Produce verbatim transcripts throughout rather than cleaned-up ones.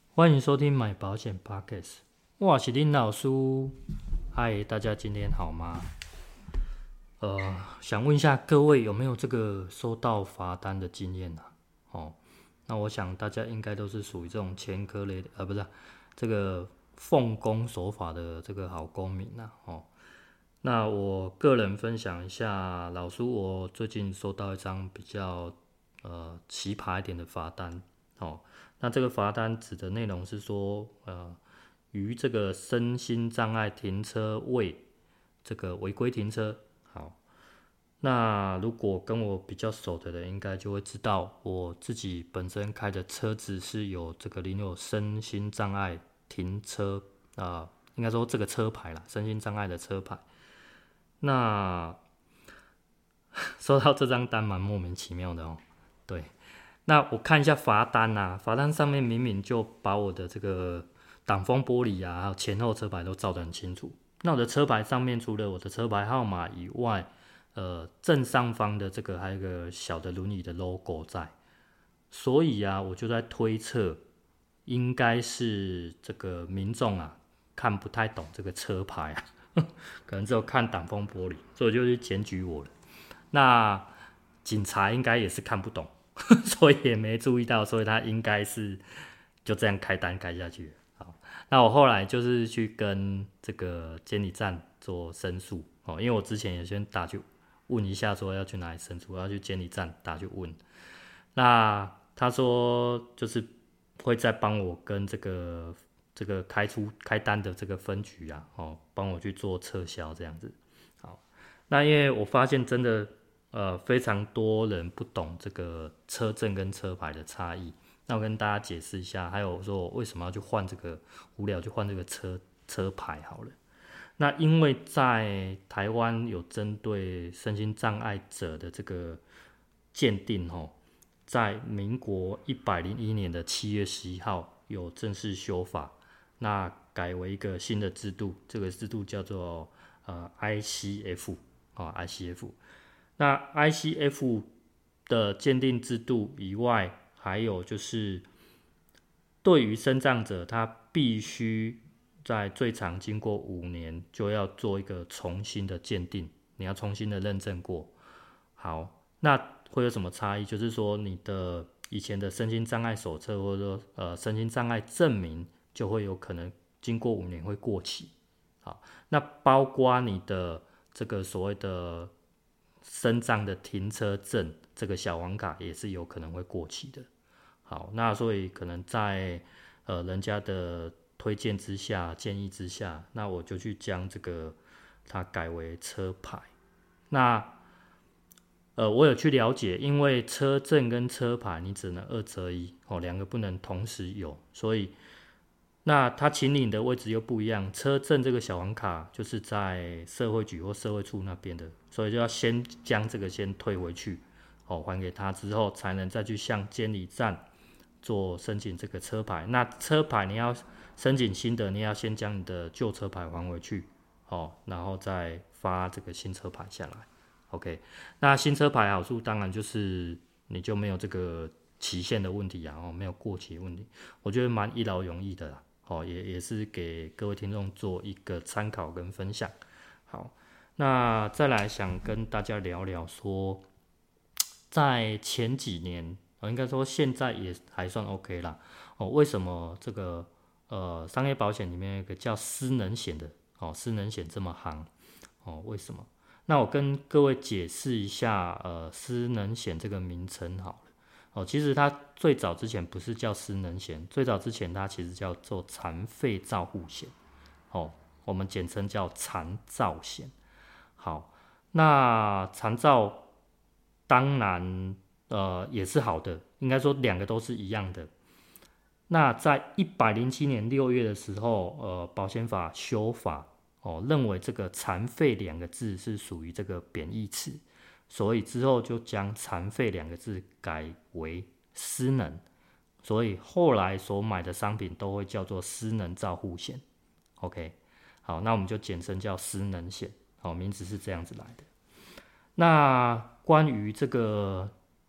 欢迎收听买保险 Podcast， 我是林老师。嗨，大家今天好吗？呃，想问一下各位有没有这个收到罚单的经验啊？哦，那我想大家应该都是属于这种前科类的，呃，不是、啊、这个奉公守法的这个好公民啊。哦，那我个人分享一下，老师我最近收到一张比较呃奇葩一点的罚单。哦，那这个罚单指的内容是说，呃，于这个身心障碍停车位这个违规停车。好，那如果跟我比较熟的人，应该就会知道，我自己本身开的车子是有这个领有身心障碍停车啊、呃，应该说这个车牌啦，身心障碍的车牌。那收到这张单蛮莫名其妙的哦，对。那我看一下罚单啊，罚单上面明明就把我的这个挡风玻璃啊，还有前后车牌都照得很清楚。那我的车牌上面除了我的车牌号码以外，呃，正上方的这个还有一个小的轮椅的 logo 在，所以啊，我就在推测，应该是这个民众啊看不太懂这个车牌啊，可能只有看挡风玻璃，所以我就去检举我了。那警察应该也是看不懂。所以也没注意到，所以他应该是就这样开单开下去。好，那我后来就是去跟这个监理站做申诉哦，因为我之前也先打去问一下，说要去哪里申诉，要去监理站打去问。那他说就是会再帮我跟这个这个开出开单的这个分局啊，哦，帮我去做撤销这样子。好，那因为我发现真的。呃，非常多人不懂这个车证跟车牌的差异。那我跟大家解释一下，还有说我为什么要去换这个无聊去换这个车车牌好了。那因为在台湾有针对身心障碍者的这个鉴定哦，在民国一百零一年的七月十一号有正式修法，那改为一个新的制度，这个制度叫做呃 I C F 啊、哦、I C F。那 I C F 的鉴定制度以外，还有就是对于身障者，他必须在最长经过五年就要做一个重新的鉴定，你要重新的认证过。好，那会有什么差异？就是说你的以前的身心障碍手册或者说呃身心障碍证明就会有可能经过五年会过期。好，那包括你的这个所谓的身障的停车证，这个小黄卡也是有可能会过期的。好，那所以可能在呃人家的推荐之下、建议之下，那我就去将这个它改为车牌。那呃我有去了解，因为车证跟车牌你只能二择一哦，两个不能同时有，所以那它请领的位置又不一样，车证这个小黄卡就是在社会局或社会处那边的，所以就要先将这个先退回去，哦，还给他之后，才能再去向监理站做申请这个车牌。那车牌你要申请新的，你要先将你的旧车牌还回去，哦，然后再发这个新车牌下来。OK， 那新车牌好处当然就是你就没有这个期限的问题啊，哦，没有过期的问题，我觉得蛮一劳永逸的啦。哦，也也是给各位听众做一个参考跟分享。好，那再来想跟大家聊聊说，在前几年，哦、应该说现在也还算 OK 啦。哦，为什么这个呃商业保险里面有一个叫失能险的，哦，失能险这么行？哦，为什么？那我跟各位解释一下，呃，失能险这个名称好了。哦，其实它最早之前不是叫失能险，最早之前它其实叫做残废照护险，哦，我们简称叫残照险。好，那残照当然呃也是好的，应该说两个都是一样的。那在一百零七年六月的时候，呃，保险法修法，哦，认为这个残废两个字是属于这个贬义词。所以之后就将残废两个字改为失能，所以后来所买的商品都会叫做失能照护险。OK， 好，那我们就简称叫失能险，好，名字是这样子来的。那关于这个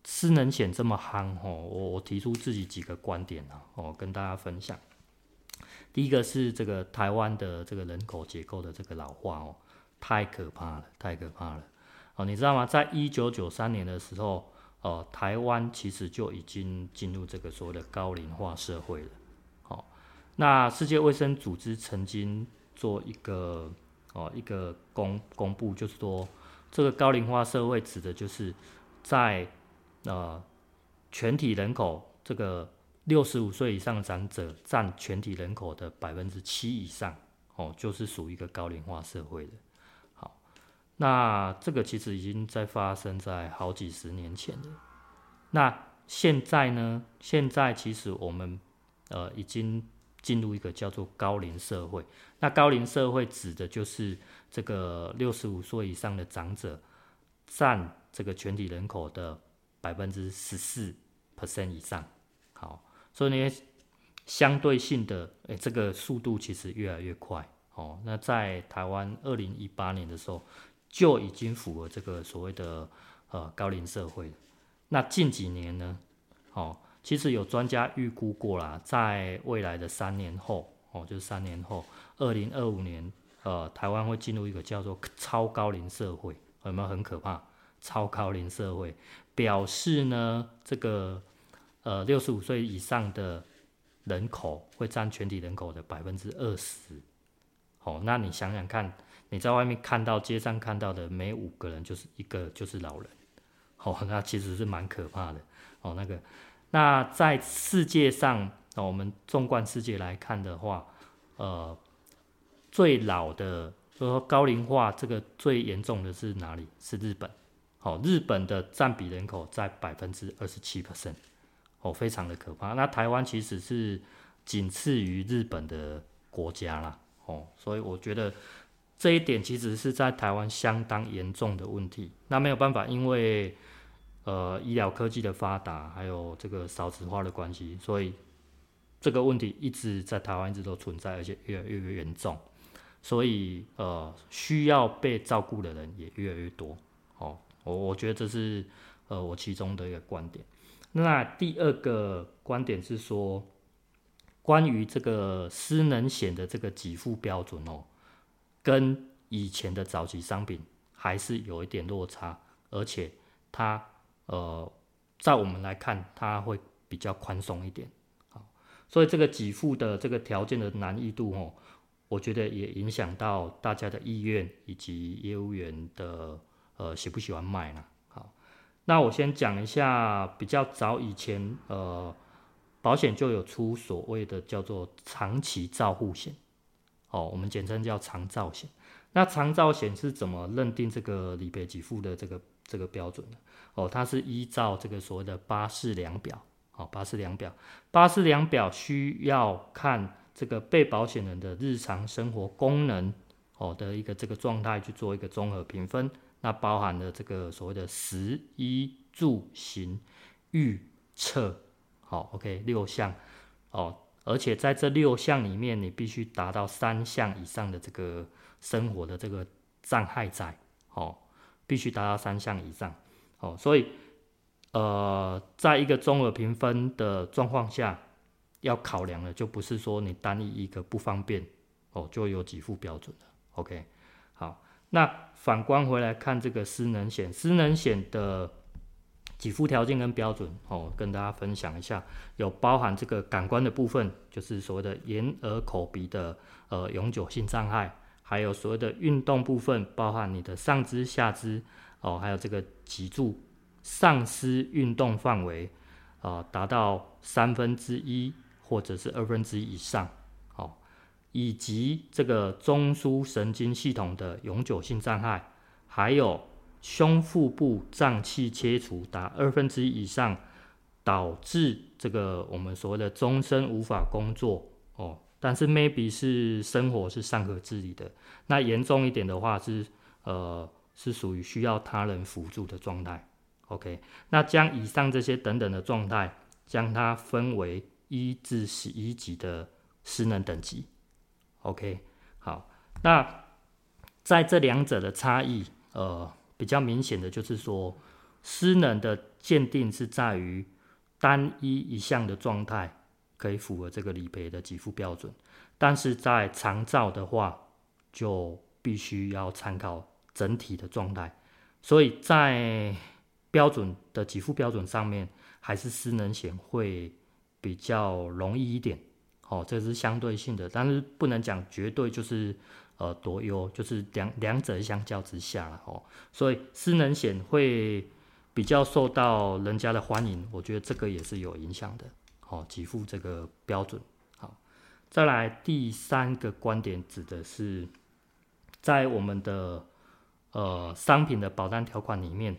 失能险这么夯哦，我我提出自己几个观点啊，哦，跟大家分享。第一个是这个台湾的这个人口结构的这个老化哦，太可怕了，太可怕了。哦，你知道吗？在一九九三年的时候，呃，台湾其实就已经进入这个所谓的高龄化社会了。好、哦，那世界卫生组织曾经做一个哦一个公公布，就是说这个高龄化社会指的就是在呃全体人口这个六十五岁以上的长者占全体人口的百分之七以上，哦，就是属于一个高龄化社会的。好，那这个其实已经在发生在好几十年前了。那现在呢？现在其实我们呃已经进入一个叫做高龄社会。那高龄社会指的就是这个六十五岁以上的长者占这个全体人口的百分之十四 percent 以上。好，所以呢，相对性的，诶，这个速度其实越来越快。哦，那在台湾二零一八年的时候就已经符合这个所谓的呃高龄社会了。那近几年呢，哦，其实有专家预估过啦，在未来的三年后，哦，就是三年后，二零二五年，呃，台湾会进入一个叫做超高龄社会，有没有很可怕？超高龄社会表示呢，这个呃六十五岁以上的人口会占全体人口的百分之二十。哦，那你想想看，你在外面看到街上看到的每五个人就是一个就是老人。哦，那其实是蛮可怕的。哦，那个，那在世界上，哦，我们纵观世界来看的话，呃，最老的，就是说高龄化这个最严重的是哪里？是日本。哦，日本的占比人口在百分之二十七 percent， 哦，非常的可怕。那台湾其实是仅次于日本的国家啦。哦，所以我觉得这一点其实是在台湾相当严重的问题。那没有办法，因为呃，医疗科技的发达，还有这个少子化的关系，所以这个问题一直在台湾一直都存在，而且越来越严重，所以呃，需要被照顾的人也越来越多。哦，我我觉得这是呃我其中的一个观点。那第二个观点是说，关于这个失能险的这个给付标准哦，跟以前的早期商品还是有一点落差，而且它呃，在我们来看，它会比较宽松一点，好，所以这个给付的这个条件的难易度哦，我觉得也影响到大家的意愿以及业务员的呃喜不喜欢卖啦。好，那我先讲一下比较早以前呃，保险就有出所谓的叫做长期照护险，哦，我们简称叫长照险。那长照险是怎么认定这个理赔给付的这个这个标准呢？哦，它是依照这个所谓的巴氏量表，哦，巴氏量表，巴氏量表需要看这个被保险人的日常生活功能哦的一个这个状态去做一个综合评分，那包含了这个所谓的食衣住行育策，好 ，OK， 六项哦，而且在这六项里面，你必须达到三项以上的这个生活的这个障碍在，哦，必须达到三项以上。哦，所以，呃，在一个综合评分的状况下，要考量的就不是说你单一一个不方便，哦，就有给付标准了。OK， 好，那反观回来看这个失能险，失能险的给付条件跟标准，哦，跟大家分享一下，有包含这个感官的部分，就是所谓的眼耳口鼻的呃永久性障碍，还有所谓的运动部分，包含你的上肢、下肢。哦，还有这个脊柱丧失运动范围，啊、呃，达到三分之一或者是二分之一以上，哦，以及这个中枢神经系统的永久性障碍，还有胸腹部脏器切除达二分之一以上，导致这个我们所谓的终身无法工作，哦，但是 maybe 是生活是尚可自理的，那严重一点的话是呃。是属于需要他人辅助的状态 ，OK， 那将以上这些等等的状态，将它分为一至十一级的失能等级 ，OK， 好，那在这两者的差异，呃，比较明显的就是说，失能的鉴定是在于单一一项的状态可以符合这个理赔的给付标准，但是在长照的话就必须要参考整体的状态，所以在标准的给付标准上面，还是失能险会比较容易一点。哦，这是相对性的，但是不能讲绝对就是呃多优，就是两两者相较之下啦。哦，所以失能险会比较受到人家的欢迎，我觉得这个也是有影响的。哦，给付这个标准。好，再来第三个观点指的是在我们的呃商品的保单条款里面，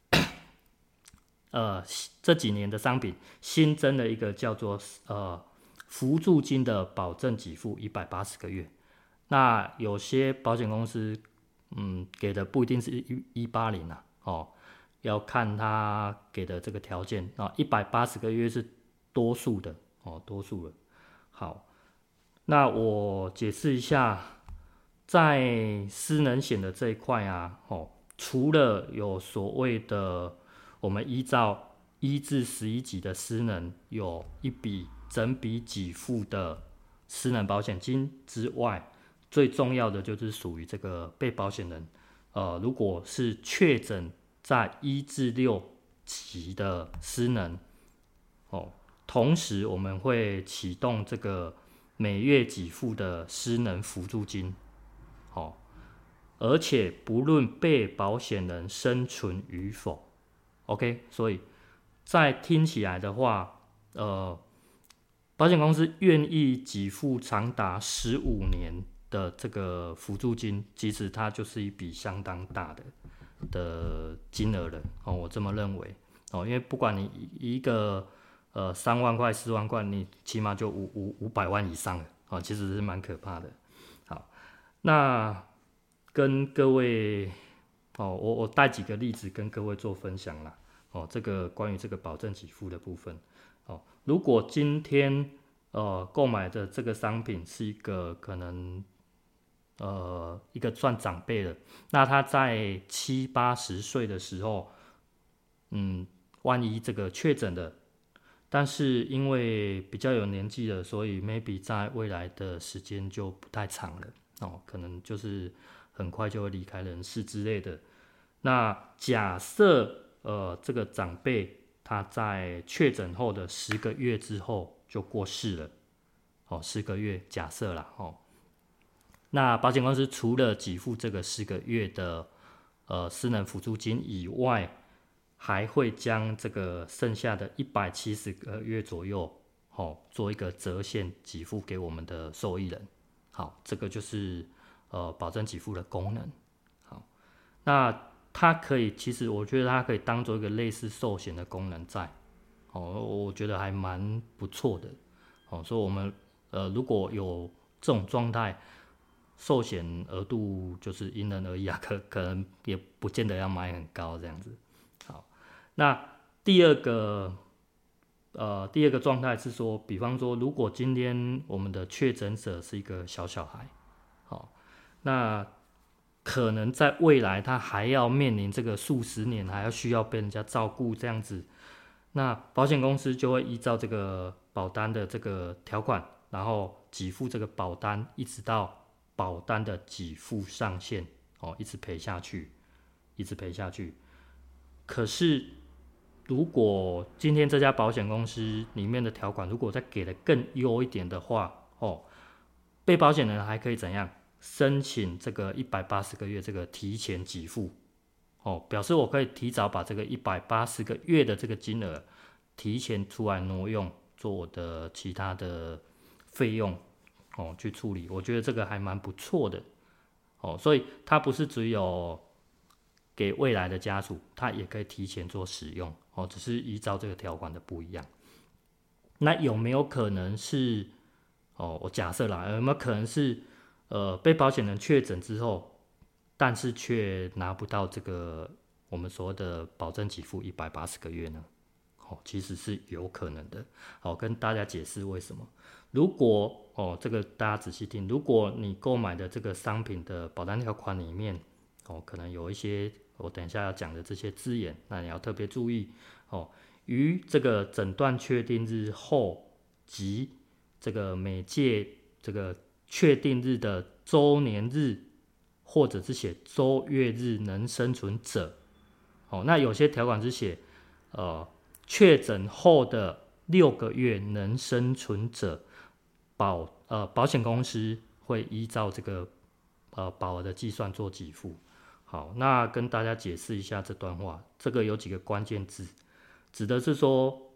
呃这几年的商品新增了一个叫做呃。扶助金的保证给付一百八十个月，那有些保险公司，嗯，给的不一定是一八零啊，哦，要看他给的这个条件啊，一百八十个月是多数的哦，多数的。好，那我解释一下，在失能险的这一块啊，哦，除了有所谓的我们依照一至十一级的失能有一笔整笔给付的失能保险金之外，最重要的就是属于这个被保险人，呃，如果是确诊在一至六级的失能，哦，同时我们会启动这个每月给付的失能辅助金，哦，而且不论被保险人生存与否 ，OK， 所以在听起来的话，呃。保险公司愿意给付长达十五年的这个辅助金，其实它就是一笔相当大的的金额了哦，我这么认为哦，因为不管你一个呃三万块、四万块，你起码就五五五百万以上了哦，其实是蛮可怕的。好，那跟各位哦，我我带几个例子跟各位做分享啦哦，这个关于这个保证给付的部分。哦，如果今天呃购买的这个商品是一个可能呃一个算长辈的，那他在七八十岁的时候，嗯，万一这个确诊的，但是因为比较有年纪了，所以 maybe 在未来的时间就不太长了哦，可能就是很快就会离开人世之类的。那假设呃这个长辈他在确诊后的十个月之后就过世了，哦，十个月假设啦，哦，那保险公司除了给付这个十个月的呃失能辅助金以外，还会将这个剩下的一百七十个月左右，哦，做一个折现给付给我们的受益人。好，这个就是呃保证给付的功能。好，那它可以，其实我觉得它可以当做一个类似寿险的功能在，哦，我觉得还蛮不错的，哦，所以我们呃如果有这种状态，寿险额度就是因人而异啊，可可能也不见得要买很高这样子。好，那第二个呃第二个状态是说，比方说如果今天我们的确诊者是一个小小孩，好，那可能在未来他还要面临这个数十年，还要需要被人家照顾这样子，那保险公司就会依照这个保单的这个条款，然后给付这个保单，一直到保单的给付上限，哦，一直赔下去，一直赔下去。可是如果今天这家保险公司里面的条款如果再给的更优一点的话，哦，被保险人还可以怎样？申请这个一百八十个月这个提前给付，哦，表示我可以提早把这个一百八十个月的这个金额提前出来挪用，做我的其他的费用，哦，去处理。我觉得这个还蛮不错的，哦，所以它不是只有给未来的家属，它也可以提前做使用，哦，只是依照这个条款的不一样。那有没有可能是，哦，我假设啦，有没有可能是？呃，被保险人确诊之后，但是却拿不到这个我们所谓的保证给付一百八十个月呢？哦，其实是有可能的。好，跟大家解释为什么。如果哦，这个大家仔细听，如果你购买的这个商品的保单条款里面，哦，可能有一些我等一下要讲的这些字眼，那你要特别注意。 哦，于这个诊断确定日后及这个每届这个确定日的周年日，或者是写周月日能生存者。哦，那有些条款是写，呃，确诊后的六个月能生存者，保呃保险公司会依照这个呃保额的计算做给付。好，那跟大家解释一下这段话，这个有几个关键字，指的是说，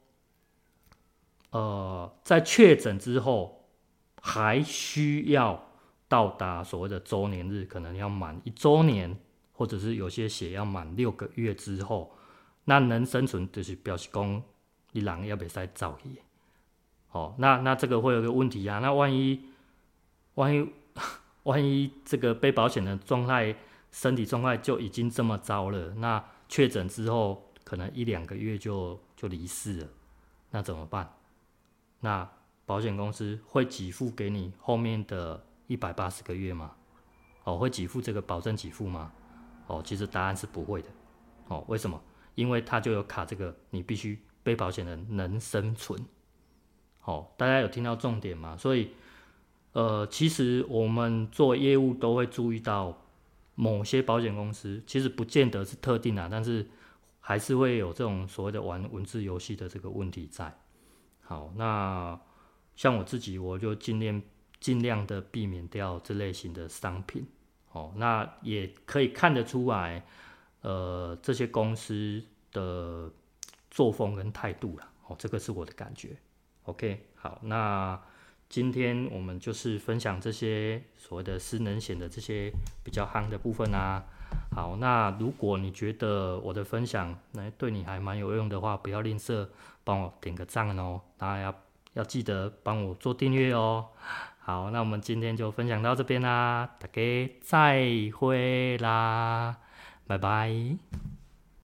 呃，在确诊之后，还需要到达所谓的周年日，可能要满一周年，或者是有些血要满六个月之后，那能生存就是表示讲，你人要袂使走去。哦，那那这个会有个问题啊，那万一万一万一这个被保险的状态，身体状态就已经这么糟了，那确诊之后可能一两个月就就离世了，那怎么办？那保险公司会给付给你后面的一百八十个月吗？哦，会给付这个保证给付吗？哦，其实答案是不会的。哦，为什么？因为它就有卡这个，你必须被保险人能生存。哦，大家有听到重点吗？所以，呃，其实我们做业务都会注意到，某些保险公司其实不见得是特定啊，但是还是会有这种所谓的玩文字游戏的这个问题在。好，那像我自己，我就尽量尽量的避免掉这类型的商品。哦，那也可以看得出来，呃，这些公司的作风跟态度啦。哦，这个是我的感觉。OK， 好，那今天我们就是分享这些所谓的失能险的这些比较夯的部分啊。好，那如果你觉得我的分享对你还蛮有用的话，不要吝啬帮我点个赞哦，当然要要记得帮我做订阅哦。好，那我们今天就分享到这边啦，大家再会啦，拜拜。